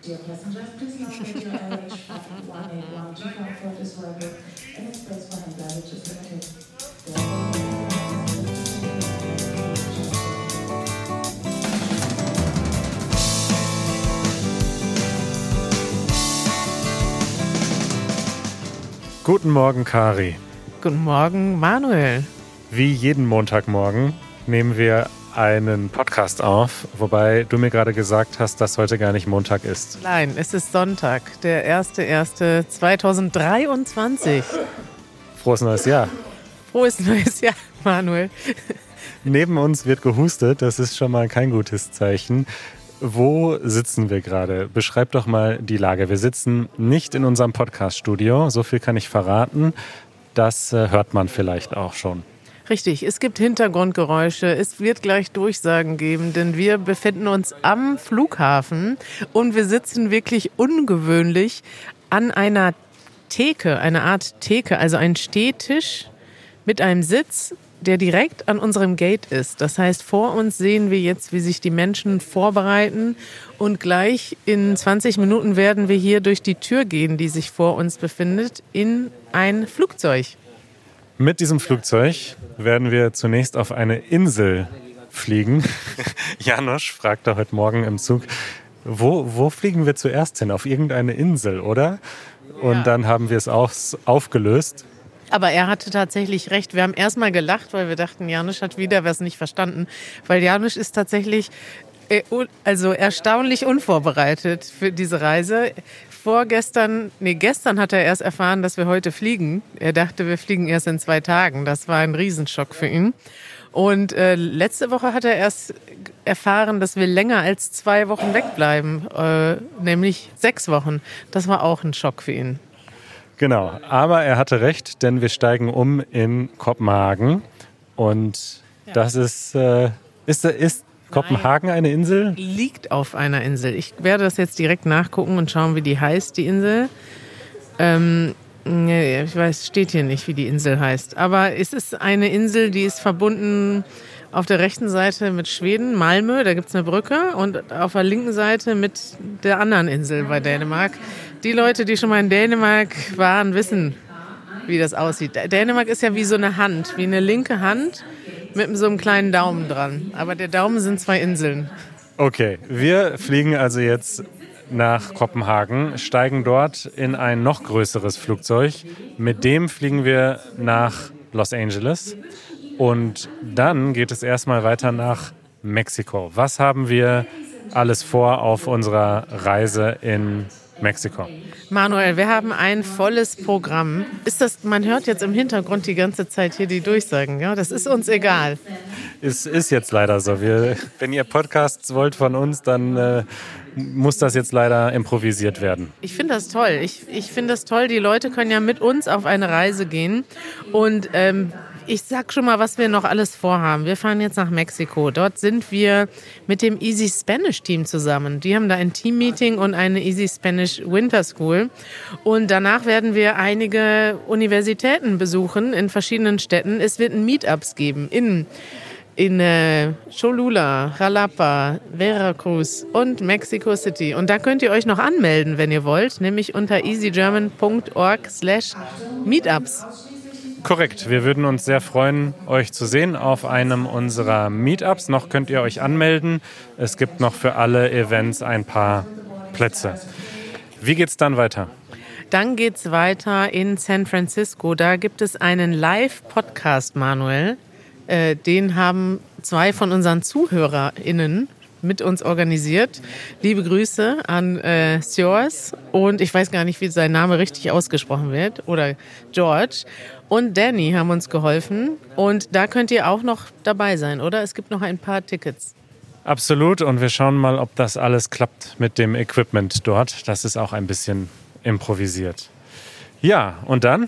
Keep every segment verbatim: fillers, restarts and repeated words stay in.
Dear passengers, please note that your L H one eight one two Frankfurt is working and its space for hand luggage is limited. Guten Morgen, Kari. Guten Morgen, Manuel. Wie jeden Montagmorgen nehmen wir einen Podcast auf, wobei du mir gerade gesagt hast, dass heute gar nicht Montag ist. Nein, es ist Sonntag, der erste erste zweitausenddreiundzwanzig. Frohes neues Jahr. Frohes neues Jahr, Manuel. Neben uns wird gehustet, das ist schon mal kein gutes Zeichen. Wo sitzen wir gerade? Beschreib doch mal die Lage. Wir sitzen nicht in unserem Podcast-Studio, so viel kann ich verraten. Das äh, hört man vielleicht auch schon. Richtig, es gibt Hintergrundgeräusche, es wird gleich Durchsagen geben, denn wir befinden uns am Flughafen und wir sitzen wirklich ungewöhnlich an einer Theke, eine Art Theke, also ein Stehtisch mit einem Sitz, der direkt an unserem Gate ist. Das heißt, vor uns sehen wir jetzt, wie sich die Menschen vorbereiten und gleich in zwanzig Minuten werden wir hier durch die Tür gehen, die sich vor uns befindet, in ein Flugzeug. Mit diesem Flugzeug werden wir zunächst auf eine Insel fliegen. Janosch fragte heute Morgen im Zug, wo, wo fliegen wir zuerst hin? Auf irgendeine Insel, oder? Und ja. Dann haben wir es auch aufgelöst. Aber er hatte tatsächlich recht. Wir haben erstmal gelacht, weil wir dachten, Janosch hat wieder was nicht verstanden. Weil Janosch ist tatsächlich also erstaunlich unvorbereitet für diese Reise. Vorgestern, nee, gestern hat er erst erfahren, dass wir heute fliegen. Er dachte, wir fliegen erst in zwei Tagen. Das war ein Riesenschock für ihn. Und äh, letzte Woche hat er erst erfahren, dass wir länger als zwei Wochen wegbleiben, äh, nämlich sechs Wochen. Das war auch ein Schock für ihn. Genau, aber er hatte recht, denn wir steigen um in Kopenhagen. Und ja. das ist, äh, ist, ist Kopenhagen eine Insel? Liegt auf einer Insel. Ich werde das jetzt direkt nachgucken und schauen, wie die heißt, die Insel. Ähm, ich weiß, steht hier nicht, wie die Insel heißt. Aber es ist eine Insel, die ist verbunden auf der rechten Seite mit Schweden, Malmö, da gibt es eine Brücke. Und auf der linken Seite mit der anderen Insel bei Dänemark. Die Leute, die schon mal in Dänemark waren, wissen, wie das aussieht. Dänemark ist ja wie so eine Hand, wie eine linke Hand mit so einem kleinen Daumen dran. Aber der Daumen sind zwei Inseln. Okay, wir fliegen also jetzt nach Kopenhagen, steigen dort in ein noch größeres Flugzeug. Mit dem fliegen wir nach Los Angeles. Und dann geht es erstmal weiter nach Mexiko. Was haben wir alles vor auf unserer Reise in Mexiko? Manuel, wir haben ein volles Programm. Ist das, man hört jetzt im Hintergrund die ganze Zeit hier die Durchsagen, ja? Das ist uns egal. Es ist jetzt leider so. Wir, wenn ihr Podcasts wollt von uns, dann äh, muss das jetzt leider improvisiert werden. Ich finde das toll. Ich, ich finde das toll. Die Leute können ja mit uns auf eine Reise gehen. Und ähm, ich sag schon mal, was wir noch alles vorhaben. Wir fahren jetzt nach Mexiko. Dort sind wir mit dem Easy Spanish Team zusammen. Die haben da ein Team-Meeting und eine Easy Spanish Winter School. Und danach werden wir einige Universitäten besuchen in verschiedenen Städten. Es wird ein Meetups geben in in äh, Cholula, Jalapa, Veracruz und Mexico City. Und da könnt ihr euch noch anmelden, wenn ihr wollt, nämlich unter easygerman punkt org slash meetups. Korrekt. Wir würden uns sehr freuen, euch zu sehen auf einem unserer Meetups. Noch könnt ihr euch anmelden. Es gibt noch für alle Events ein paar Plätze. Wie geht's dann weiter? Dann geht's weiter in San Francisco. Da gibt es einen Live-Podcast, Manuel. Äh, den haben zwei von unseren ZuhörerInnen mit uns organisiert. Liebe Grüße an äh, Sjors und ich weiß gar nicht, wie sein Name richtig ausgesprochen wird, oder George. Und Danny haben uns geholfen und da könnt ihr auch noch dabei sein, oder? Es gibt noch ein paar Tickets. Absolut, und wir schauen mal, ob das alles klappt mit dem Equipment dort. Das ist auch ein bisschen improvisiert. Ja, und dann?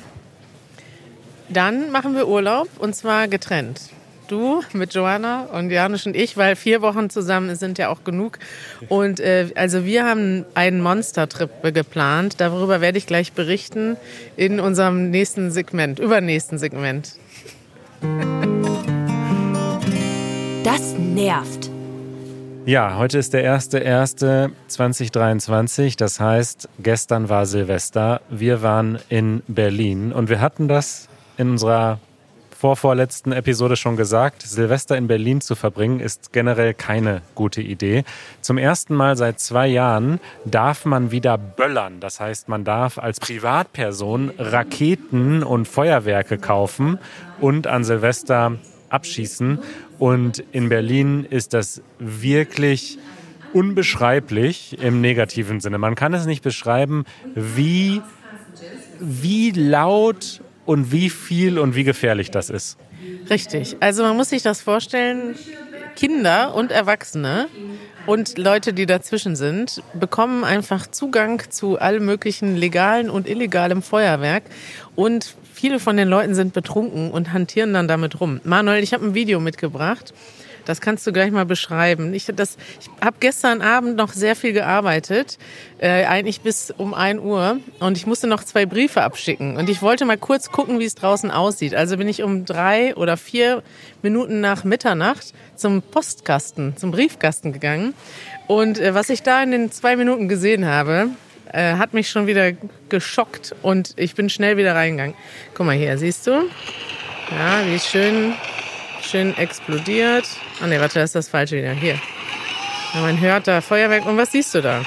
Dann machen wir Urlaub und zwar getrennt. Du mit Joanna und Janusz und ich, weil vier Wochen zusammen sind ja auch genug. Und äh, also wir haben einen Monster-Trip geplant. Darüber werde ich gleich berichten in unserem nächsten Segment, übernächsten Segment. Das nervt. Ja, heute ist der erste erste zweitausenddreiundzwanzig, das heißt, gestern war Silvester. Wir waren in Berlin und wir hatten das in unserer vorvorletzten Episode schon gesagt. Silvester in Berlin zu verbringen ist generell keine gute Idee. Zum ersten Mal seit zwei Jahren darf man wieder böllern. Das heißt, man darf als Privatperson Raketen und Feuerwerke kaufen und an Silvester abschießen. Und in Berlin ist das wirklich unbeschreiblich im negativen Sinne. Man kann es nicht beschreiben, wie, wie laut und wie viel und wie gefährlich das ist. Richtig. Also man muss sich das vorstellen, Kinder und Erwachsene und Leute, die dazwischen sind, bekommen einfach Zugang zu allem möglichen legalen und illegalem Feuerwerk. Und viele von den Leuten sind betrunken und hantieren dann damit rum. Manuel, ich habe ein Video mitgebracht. Das kannst du gleich mal beschreiben. Ich, das, ich habe gestern Abend noch sehr viel gearbeitet, äh, eigentlich bis um ein Uhr. Und ich musste noch zwei Briefe abschicken. Und ich wollte mal kurz gucken, wie es draußen aussieht. Also bin ich um drei oder vier Minuten nach Mitternacht zum Postkasten, zum Briefkasten gegangen. Und äh, was ich da in den zwei Minuten gesehen habe, äh, hat mich schon wieder geschockt. Und ich bin schnell wieder reingegangen. Guck mal hier, siehst du? Ja, wie schön... Schön explodiert. Ah ne, warte, das ist das Falsche wieder. Hier. Ja, man hört da Feuerwerk. Und was siehst du da?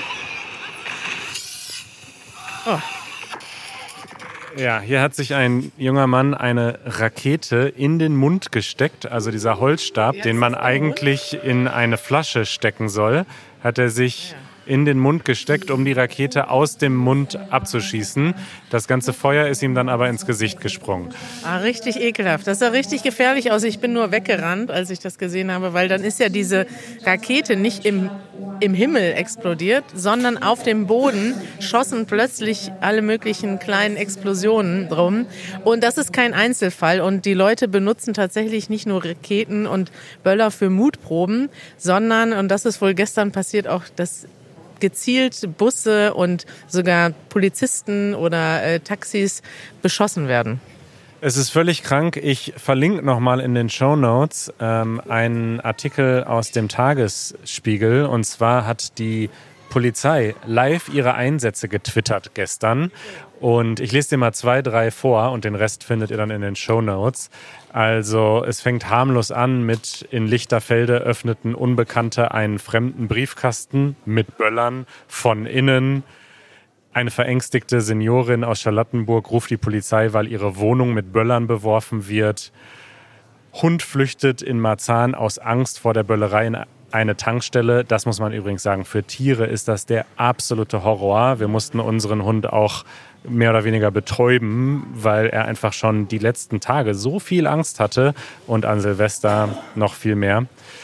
Oh. Ja, hier hat sich ein junger Mann eine Rakete in den Mund gesteckt. Also dieser Holzstab, den man eigentlich in eine Flasche stecken soll, hat er sich in den Mund gesteckt, um die Rakete aus dem Mund abzuschießen. Das ganze Feuer ist ihm dann aber ins Gesicht gesprungen. Ah, richtig ekelhaft. Das sah richtig gefährlich aus. Ich bin nur weggerannt, als ich das gesehen habe, weil dann ist ja diese Rakete nicht im, im Himmel explodiert, sondern auf dem Boden schossen plötzlich alle möglichen kleinen Explosionen drum. Und das ist kein Einzelfall. Und die Leute benutzen tatsächlich nicht nur Raketen und Böller für Mutproben, sondern, und das ist wohl gestern passiert, auch das gezielt Busse und sogar Polizisten oder äh, Taxis beschossen werden. Es ist völlig krank. Ich verlinke nochmal in den Shownotes ähm, einen Artikel aus dem Tagesspiegel. Und zwar hat die Polizei live ihre Einsätze getwittert gestern. Und ich lese dir mal zwei, drei vor und den Rest findet ihr dann in den Shownotes. Also es fängt harmlos an mit: in Lichterfelde öffneten Unbekannte einen fremden Briefkasten mit Böllern von innen. Eine verängstigte Seniorin aus Charlottenburg ruft die Polizei, weil ihre Wohnung mit Böllern beworfen wird. Hund flüchtet in Marzahn aus Angst vor der Böllerei in eine Tankstelle. Das muss man übrigens sagen, für Tiere ist das der absolute Horror. Wir mussten unseren Hund auch mehr oder weniger betäuben, weil er einfach schon die letzten Tage so viel Angst hatte und an Silvester noch viel mehr.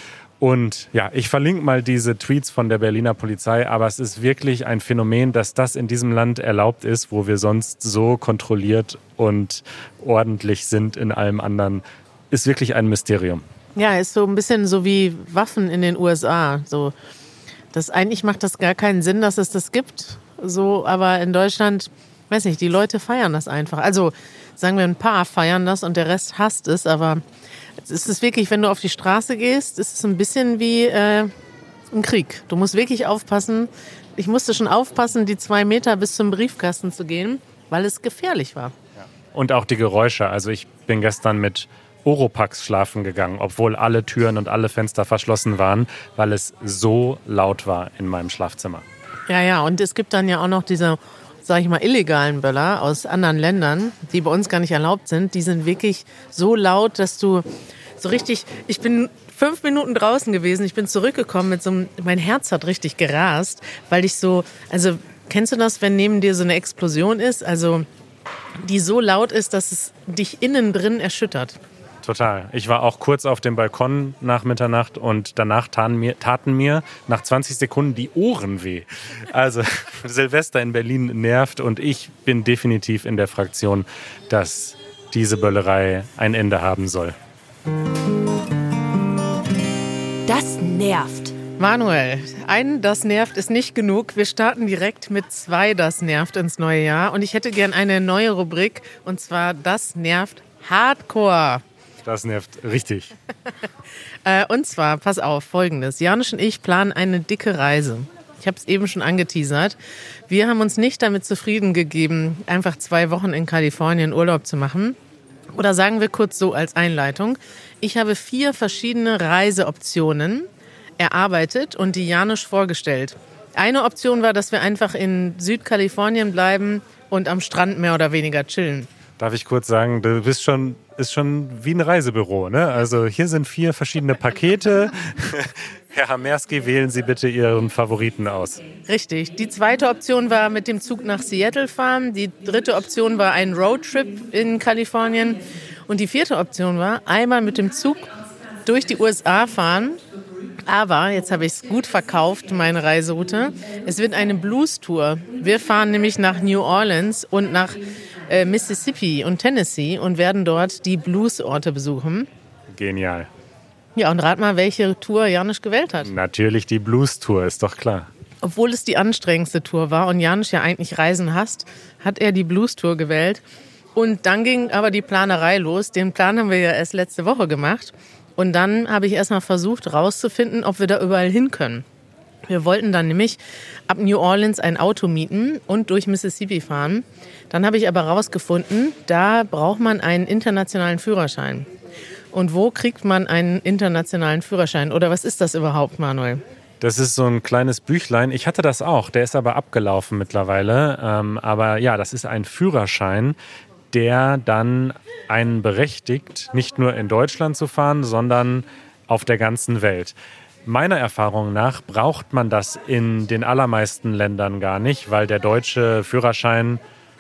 Und ja, ich verlinke mal diese Tweets von der Berliner Polizei, aber es ist wirklich ein Phänomen, dass das in diesem Land erlaubt ist, wo wir sonst so kontrolliert und ordentlich sind in allem anderen. Ist wirklich ein Mysterium. Ja, ist so ein bisschen so wie Waffen in den U S A. So, das, eigentlich macht das gar keinen Sinn, dass es das gibt. So, aber in Deutschland, weiß nicht, die Leute feiern das einfach. Also sagen wir, ein paar feiern das und der Rest hasst es. Aber es ist wirklich, wenn du auf die Straße gehst, ist es ein bisschen wie äh, ein Krieg. Du musst wirklich aufpassen. Ich musste schon aufpassen, die zwei Meter bis zum Briefkasten zu gehen, weil es gefährlich war. Und auch die Geräusche. Also ich bin gestern mit Oropax schlafen gegangen, obwohl alle Türen und alle Fenster verschlossen waren, weil es so laut war in meinem Schlafzimmer. Ja, ja, und es gibt dann ja auch noch diese, sag ich mal, illegalen Böller aus anderen Ländern, die bei uns gar nicht erlaubt sind. Die sind wirklich so laut, dass du so richtig, ich bin fünf Minuten draußen gewesen, ich bin zurückgekommen mit so einem, mein Herz hat richtig gerast, weil ich so, also kennst du das, wenn neben dir so eine Explosion ist, also die so laut ist, dass es dich innen drin erschüttert? Total. Ich war auch kurz auf dem Balkon nach Mitternacht und danach taten mir, taten mir nach zwanzig Sekunden die Ohren weh. Also Silvester in Berlin nervt und ich bin definitiv in der Fraktion, dass diese Böllerei ein Ende haben soll. Das nervt. Manuel, ein Das nervt ist nicht genug. Wir starten direkt mit zwei Das nervt ins neue Jahr. Und ich hätte gern eine neue Rubrik, und zwar Das nervt Hardcore. Das nervt richtig. äh, und zwar, pass auf, Folgendes. Janusz und ich planen eine dicke Reise. Ich habe es eben schon angeteasert. Wir haben uns nicht damit zufrieden gegeben, einfach zwei Wochen in Kalifornien Urlaub zu machen. Oder sagen wir kurz so als Einleitung. Ich habe vier verschiedene Reiseoptionen erarbeitet und die Janusz vorgestellt. Eine Option war, dass wir einfach in Südkalifornien bleiben und am Strand mehr oder weniger chillen. Darf ich kurz sagen, du bist schon, ist schon wie ein Reisebüro, ne? Also hier sind vier verschiedene Pakete. Herr Hamerski, wählen Sie bitte Ihren Favoriten aus. Richtig. Die zweite Option war mit dem Zug nach Seattle fahren. Die dritte Option war ein Roadtrip in Kalifornien. Und die vierte Option war einmal mit dem Zug durch die U S A fahren. Aber, jetzt habe ich es gut verkauft, meine Reiseroute. Es wird eine Blues-Tour. Wir fahren nämlich nach New Orleans und nach äh, Mississippi und Tennessee und werden dort die Blues-Orte besuchen. Genial. Ja, und rat mal, welche Tour Janusz gewählt hat. Natürlich die Blues-Tour, ist doch klar. Obwohl es die anstrengendste Tour war und Janusz ja eigentlich Reisen hasst, hat er die Blues-Tour gewählt. Und dann ging aber die Planerei los. Den Plan haben wir ja erst letzte Woche gemacht. Und dann habe ich erstmal versucht rauszufinden, ob wir da überall hin können. Wir wollten dann nämlich ab New Orleans ein Auto mieten und durch Mississippi fahren. Dann habe ich aber rausgefunden, da braucht man einen internationalen Führerschein. Und wo kriegt man einen internationalen Führerschein? Oder was ist das überhaupt, Manuel? Das ist so ein kleines Büchlein. Ich hatte das auch, der ist aber abgelaufen mittlerweile. Ähm, aber ja, das ist ein Führerschein, der dann einen berechtigt, nicht nur in Deutschland zu fahren, sondern auf der ganzen Welt. Meiner Erfahrung nach braucht man das in den allermeisten Ländern gar nicht, weil der deutsche Führerschein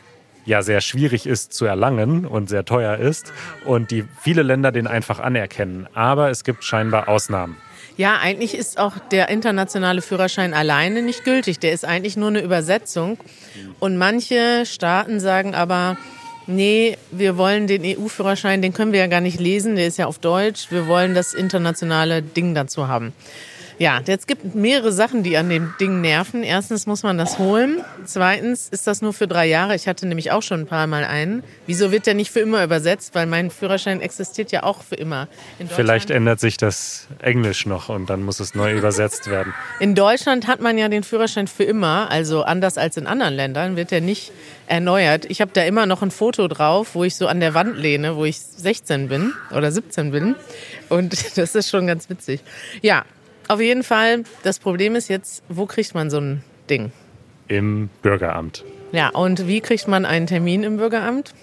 ja sehr schwierig ist zu erlangen und sehr teuer ist und die viele Länder den einfach anerkennen. Aber es gibt scheinbar Ausnahmen. Ja, eigentlich ist auch der internationale Führerschein alleine nicht gültig. Der ist eigentlich nur eine Übersetzung. Und manche Staaten sagen aber, nee, wir wollen den E U-Führerschein, den können wir ja gar nicht lesen, der ist ja auf Deutsch. Wir wollen das internationale Ding dazu haben. Ja, jetzt gibt mehrere Sachen, die an dem Ding nerven. Erstens muss man das holen. Zweitens ist das nur für drei Jahre. Ich hatte nämlich auch schon ein paar Mal einen. Wieso wird der nicht für immer übersetzt? Weil mein Führerschein existiert ja auch für immer in Deutschland. Vielleicht ändert sich das Englisch noch und dann muss es neu übersetzt werden. In Deutschland hat man ja den Führerschein für immer. Also anders als in anderen Ländern wird der nicht erneuert. Ich habe da immer noch ein Foto drauf, wo ich so an der Wand lehne, wo ich sechzehn bin oder siebzehn bin. Und das ist schon ganz witzig. Ja. Auf jeden Fall, das Problem ist jetzt, wo kriegt man so ein Ding? Im Bürgeramt. Ja, und wie kriegt man einen Termin im Bürgeramt?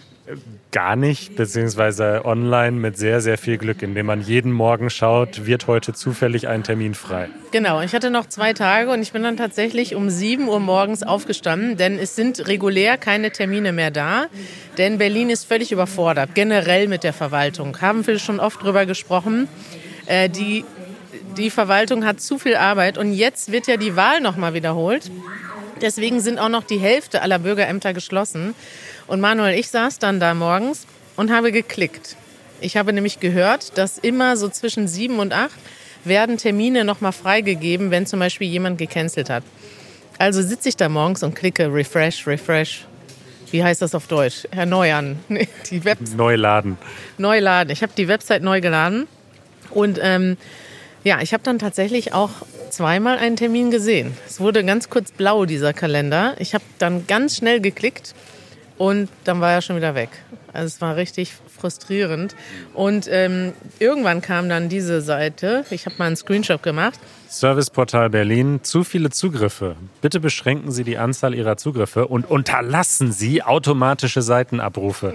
Gar nicht, beziehungsweise online mit sehr, sehr viel Glück, indem man jeden Morgen schaut, wird heute zufällig ein Termin frei. Genau, ich hatte noch zwei Tage und ich bin dann tatsächlich um sieben Uhr morgens aufgestanden, denn es sind regulär keine Termine mehr da, denn Berlin ist völlig überfordert, generell mit der Verwaltung. Haben wir schon oft drüber gesprochen. Äh, die Die Verwaltung hat zu viel Arbeit und jetzt wird ja die Wahl nochmal wiederholt. Deswegen sind auch noch die Hälfte aller Bürgerämter geschlossen. Und Manuel, ich saß dann da morgens und habe geklickt. Ich habe nämlich gehört, dass immer so zwischen sieben und acht werden Termine nochmal freigegeben, wenn zum Beispiel jemand gecancelt hat. Also sitze ich da morgens und klicke Refresh, Refresh. Wie heißt das auf Deutsch? Erneuern. Die Webs- Neuladen. Neuladen. Ich habe die Website neu geladen und ähm, ja, ich habe dann tatsächlich auch zweimal einen Termin gesehen. Es wurde ganz kurz blau, dieser Kalender. Ich habe dann ganz schnell geklickt und dann war er schon wieder weg. Also es war richtig frustrierend. Und ähm, irgendwann kam dann diese Seite. Ich habe mal einen Screenshot gemacht. Serviceportal Berlin, zu viele Zugriffe. Bitte beschränken Sie die Anzahl Ihrer Zugriffe und unterlassen Sie automatische Seitenabrufe.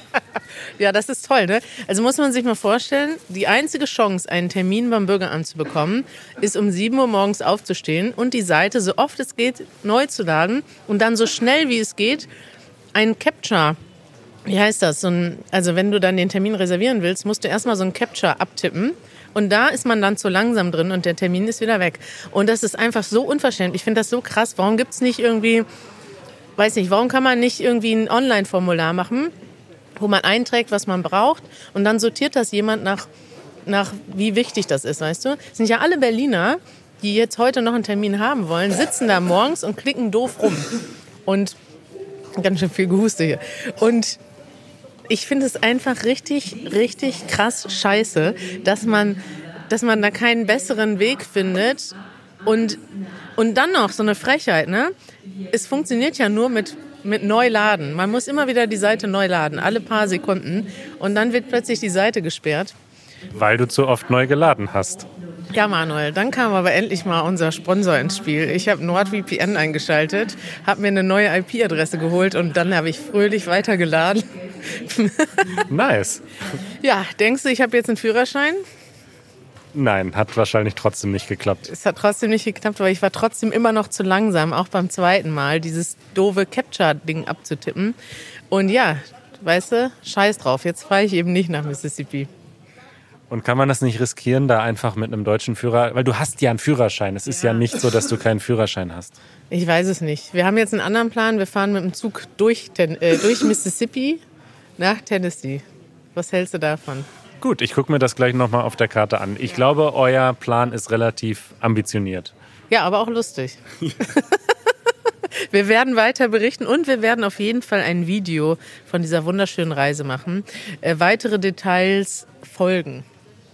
Ja, das ist toll, ne? Also muss man sich mal vorstellen, die einzige Chance, einen Termin beim Bürgeramt zu bekommen, ist um sieben Uhr morgens aufzustehen und die Seite so oft es geht neu zu laden und dann so schnell wie es geht ein Captcha. Wie heißt das? So ein, also wenn du dann den Termin reservieren willst, musst du erstmal so ein Captcha abtippen. Und da ist man dann zu langsam drin und der Termin ist wieder weg. Und das ist einfach so unverständlich. Ich finde das so krass. Warum gibt es nicht irgendwie, weiß nicht, warum kann man nicht irgendwie ein Online-Formular machen, wo man einträgt, was man braucht und dann sortiert das jemand nach, nach wie wichtig das ist, weißt du? Es sind ja alle Berliner, die jetzt heute noch einen Termin haben wollen, sitzen da morgens und klicken doof rum. Und ganz schön viel Gehuste hier. Und ich finde es einfach richtig, richtig krass scheiße, dass man, dass man da keinen besseren Weg findet. Und, und dann noch so eine Frechheit, ne? Es funktioniert ja nur mit, mit Neuladen. Man muss immer wieder die Seite neu laden, alle paar Sekunden. Und dann wird plötzlich die Seite gesperrt. Weil du zu oft neu geladen hast. Ja, Manuel, dann kam aber endlich mal unser Sponsor ins Spiel. Ich habe NordVPN eingeschaltet, habe mir eine neue I P-Adresse geholt und dann habe ich fröhlich weitergeladen. Nice. Ja, denkst du, ich habe jetzt einen Führerschein? Nein, hat wahrscheinlich trotzdem nicht geklappt. Es hat trotzdem nicht geklappt, weil ich war trotzdem immer noch zu langsam, auch beim zweiten Mal, dieses doofe Captcha-Ding abzutippen. Und ja, weißt du, scheiß drauf, jetzt fahre ich eben nicht nach Mississippi. Und kann man das nicht riskieren, da einfach mit einem deutschen Führer, weil du hast ja einen Führerschein. Es ist ja, ja nicht so, dass du keinen Führerschein hast. Ich weiß es nicht. Wir haben jetzt einen anderen Plan. Wir fahren mit dem Zug durch, äh, durch Mississippi nach Tennessee. Was hältst du davon? Gut, ich gucke mir das gleich nochmal auf der Karte an. Ich glaube, euer Plan ist relativ ambitioniert. Ja, aber auch lustig. Wir werden weiter berichten und wir werden auf jeden Fall ein Video von dieser wunderschönen Reise machen. Äh, weitere Details folgen.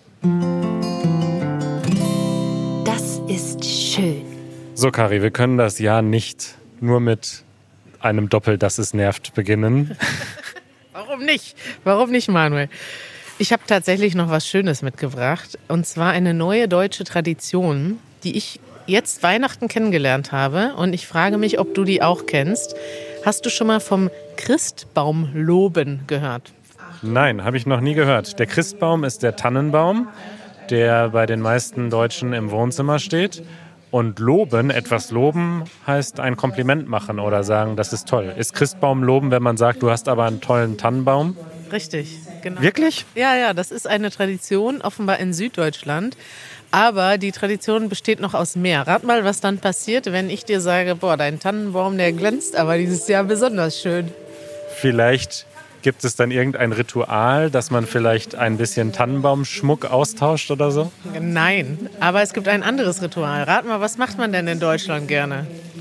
Das ist schön. So, Kari, wir können das Jahr nicht nur mit einem Doppel Das es nervt beginnen. Warum nicht? Warum nicht, Manuel? Ich habe tatsächlich noch was Schönes mitgebracht. Und zwar eine neue deutsche Tradition, die ich jetzt Weihnachten kennengelernt habe. Und ich frage mich, ob du die auch kennst. Hast du schon mal vom Christbaumloben gehört? Nein, habe ich noch nie gehört. Der Christbaum ist der Tannenbaum, der bei den meisten Deutschen im Wohnzimmer steht. Und loben, etwas loben, heißt ein Kompliment machen oder sagen, das ist toll. Ist Christbaum loben, wenn man sagt, du hast aber einen tollen Tannenbaum? Richtig, genau. Wirklich? Ja, ja, das ist eine Tradition, offenbar in Süddeutschland. Aber die Tradition besteht noch aus mehr. Rat mal, was dann passiert, wenn ich dir sage, boah, dein Tannenbaum, der glänzt aber dieses Jahr besonders schön. Vielleicht gibt es dann irgendein Ritual, dass man vielleicht ein bisschen Tannenbaumschmuck austauscht oder so? Nein, aber es gibt ein anderes Ritual. Rat mal, was macht man denn in Deutschland gerne?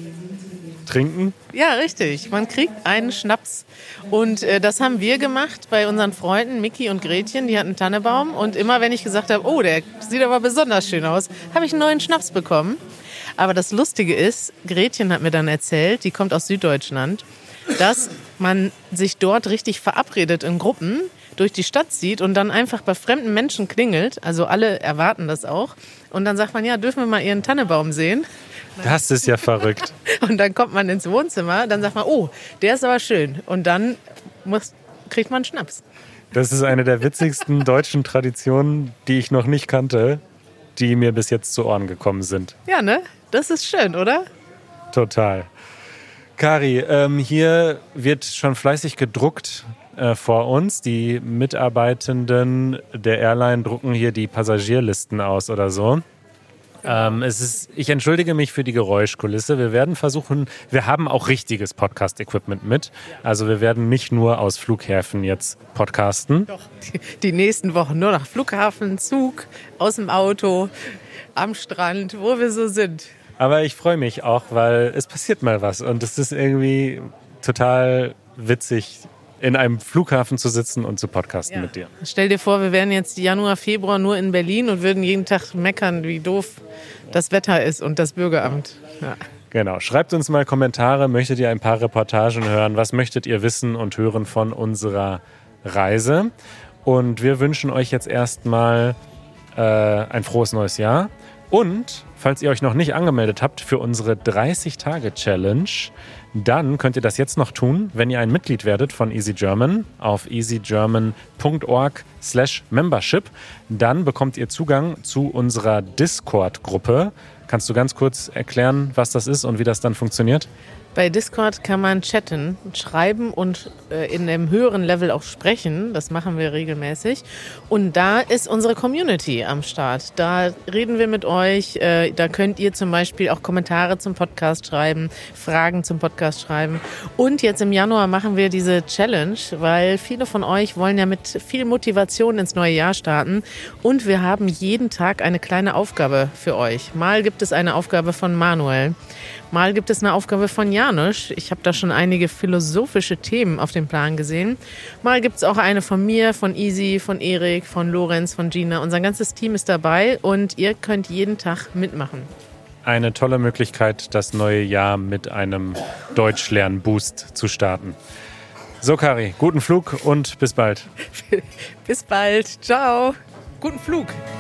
Trinken? Ja, richtig. Man kriegt einen Schnaps. Und äh, das haben wir gemacht bei unseren Freunden Miki und Gretchen. Die hatten einen Tannenbaum. Und immer wenn ich gesagt habe, oh, der sieht aber besonders schön aus, habe ich einen neuen Schnaps bekommen. Aber das Lustige ist, Gretchen hat mir dann erzählt, die kommt aus Süddeutschland, dass man sich dort richtig verabredet in Gruppen, durch die Stadt zieht und dann einfach bei fremden Menschen klingelt. Also alle erwarten das auch. Und dann sagt man, ja, dürfen wir mal Ihren Tannenbaum sehen? Das ist ja verrückt. Und dann kommt man ins Wohnzimmer, dann sagt man, oh, der ist aber schön. Und dann muss, kriegt man Schnaps. Das ist eine der witzigsten deutschen Traditionen, die ich noch nicht kannte, die mir bis jetzt zu Ohren gekommen sind. Ja, ne? Das ist schön, oder? Total. Kari, ähm, hier wird schon fleißig gedruckt äh, vor uns. Die Mitarbeitenden der Airline drucken hier die Passagierlisten aus oder so. Ähm, es ist, ich entschuldige mich für die Geräuschkulisse. Wir werden versuchen, wir haben auch richtiges Podcast-Equipment mit. Also wir werden nicht nur aus Flughäfen jetzt podcasten. Doch, die, die nächsten Wochen nur nach Flughafen, Zug, aus dem Auto, am Strand, wo wir so sind. Aber ich freue mich auch, weil es passiert mal was. Und es ist irgendwie total witzig, in einem Flughafen zu sitzen und zu podcasten ja. mit dir. Stell dir vor, wir wären jetzt Januar, Februar nur in Berlin und würden jeden Tag meckern, wie doof das Wetter ist und das Bürgeramt. Ja. Genau. Schreibt uns mal Kommentare. Möchtet ihr ein paar Reportagen hören? Was möchtet ihr wissen und hören von unserer Reise? Und wir wünschen euch jetzt erstmal äh, ein frohes neues Jahr. Und falls ihr euch noch nicht angemeldet habt für unsere dreißig-Tage-Challenge, dann könnt ihr das jetzt noch tun, wenn ihr ein Mitglied werdet von Easy German auf easygerman.org slash membership. Dann bekommt ihr Zugang zu unserer Discord-Gruppe. Kannst du ganz kurz erklären, was das ist und wie das dann funktioniert? Bei Discord kann man chatten, schreiben und äh, in einem höheren Level auch sprechen. Das machen wir regelmäßig. Und da ist unsere Community am Start. Da reden wir mit euch. Äh, da könnt ihr zum Beispiel auch Kommentare zum Podcast schreiben, Fragen zum Podcast schreiben. Und jetzt im Januar machen wir diese Challenge, weil viele von euch wollen ja mit viel Motivation ins neue Jahr starten. Und wir haben jeden Tag eine kleine Aufgabe für euch. Mal gibt es eine Aufgabe von Manuel. Mal gibt es eine Aufgabe von Janusz. Ich habe da schon einige philosophische Themen auf dem Plan gesehen. Mal gibt es auch eine von mir, von Easy, von Erik, von Lorenz, von Gina. Unser ganzes Team ist dabei und ihr könnt jeden Tag mitmachen. Eine tolle Möglichkeit, das neue Jahr mit einem Deutschlern-Boost zu starten. So, Kari, guten Flug und bis bald. Bis bald. Ciao. Guten Flug.